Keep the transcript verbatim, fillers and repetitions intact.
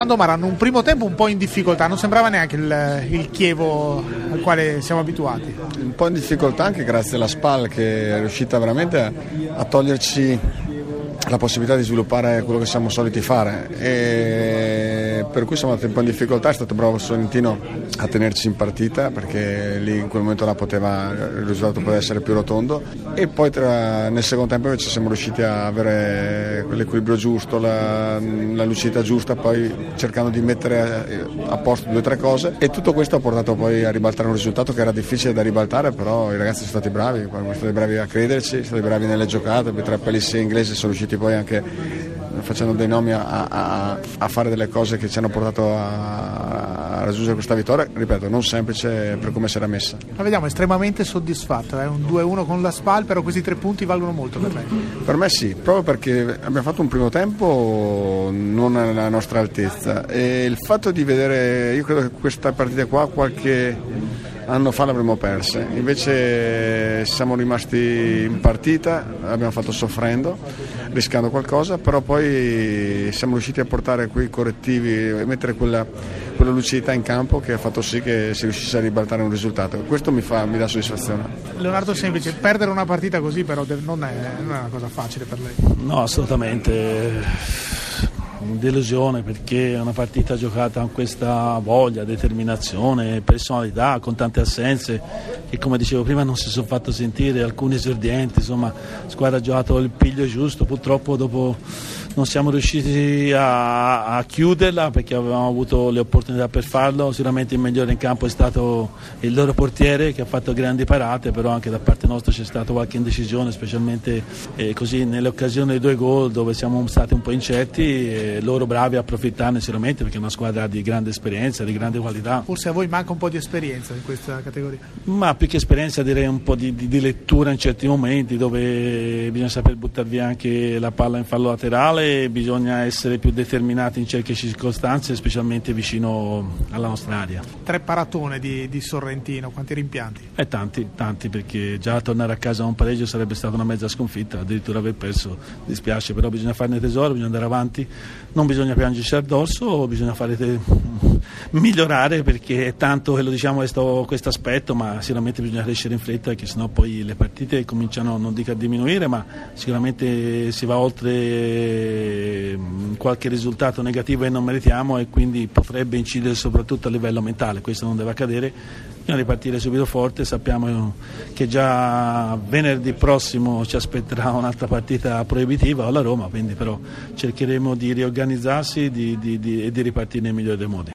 Mara hanno un primo tempo un po' in difficoltà, non sembrava neanche il, il Chievo al quale siamo abituati. Un po' in difficoltà anche grazie alla Spal, che è riuscita veramente a, a toglierci la possibilità di sviluppare quello che siamo soliti fare, e per cui siamo andati un po' in difficoltà. È stato bravo Sorrentino a tenerci in partita, perché lì in quel momento là poteva, il risultato poteva essere più rotondo, e poi tra, nel secondo tempo invece siamo riusciti a avere quell'equilibrio giusto, la, la lucidità giusta, poi cercando di mettere a posto due o tre cose, e tutto questo ha portato poi a ribaltare un risultato che era difficile da ribaltare, però i ragazzi sono stati bravi, sono stati bravi a crederci, sono stati bravi nelle giocate. Tra Pellissier e Inglese sono riusciti poi anche, facendo dei nomi, a, a, a fare delle cose che ci hanno portato a, a raggiungere questa vittoria, ripeto, non semplice per come si era messa. La vediamo estremamente soddisfatto, è eh? un due a uno con la Spal, però questi tre punti valgono molto per me. Per me sì, proprio perché abbiamo fatto un primo tempo non alla nostra altezza, e il fatto di vedere, io credo che questa partita qua qualche anno fa l'avremmo persa, invece siamo rimasti in partita, abbiamo fatto soffrendo, rischiando qualcosa, però poi siamo riusciti a portare quei correttivi e mettere quella, quella lucidità in campo che ha fatto sì che si riuscisse a ribaltare un risultato. Questo mi, fa, mi dà soddisfazione. Leonardo Semplice, perdere una partita così però non è, non è una cosa facile per lei. No, assolutamente. Delusione, perché è una partita giocata con questa voglia, determinazione, personalità, con tante assenze che, come dicevo prima, non si sono fatto sentire, alcuni esordienti, insomma la squadra ha giocato il piglio giusto. Purtroppo dopo non siamo riusciti a, a chiuderla, perché avevamo avuto le opportunità per farlo. Sicuramente il migliore in campo è stato il loro portiere, che ha fatto grandi parate, però anche da parte nostra c'è stata qualche indecisione, specialmente eh, così nelle occasioni dei due gol dove siamo stati un po' incerti, e loro bravi a approfittarne sicuramente, perché è una squadra di grande esperienza, di grande qualità. Forse a voi manca un po' di esperienza in questa categoria? Ma più che esperienza direi un po' di, di, di lettura in certi momenti, dove bisogna saper buttare via anche la palla in fallo laterale, bisogna essere più determinati in certe circostanze, specialmente vicino alla nostra area. Tre paratone di, di Sorrentino, quanti rimpianti? Eh, tanti, tanti, perché già tornare a casa a un pareggio sarebbe stata una mezza sconfitta, addirittura aver perso dispiace, però bisogna farne tesoro, bisogna andare avanti, non bisogna piangerci addosso, bisogna fare te... migliorare, perché è tanto che lo diciamo questo, questo aspetto, ma sicuramente bisogna crescere in fretta, perché sennò poi le partite cominciano, non dico a diminuire, ma sicuramente si va oltre qualche risultato negativo che non meritiamo, e quindi potrebbe incidere soprattutto a livello mentale. Questo non deve accadere, bisogna ripartire subito forte. Sappiamo che già venerdì prossimo ci aspetterà un'altra partita proibitiva alla Roma, quindi però cercheremo di riorganizzarsi di, di, di, e di ripartire nel migliore dei modi.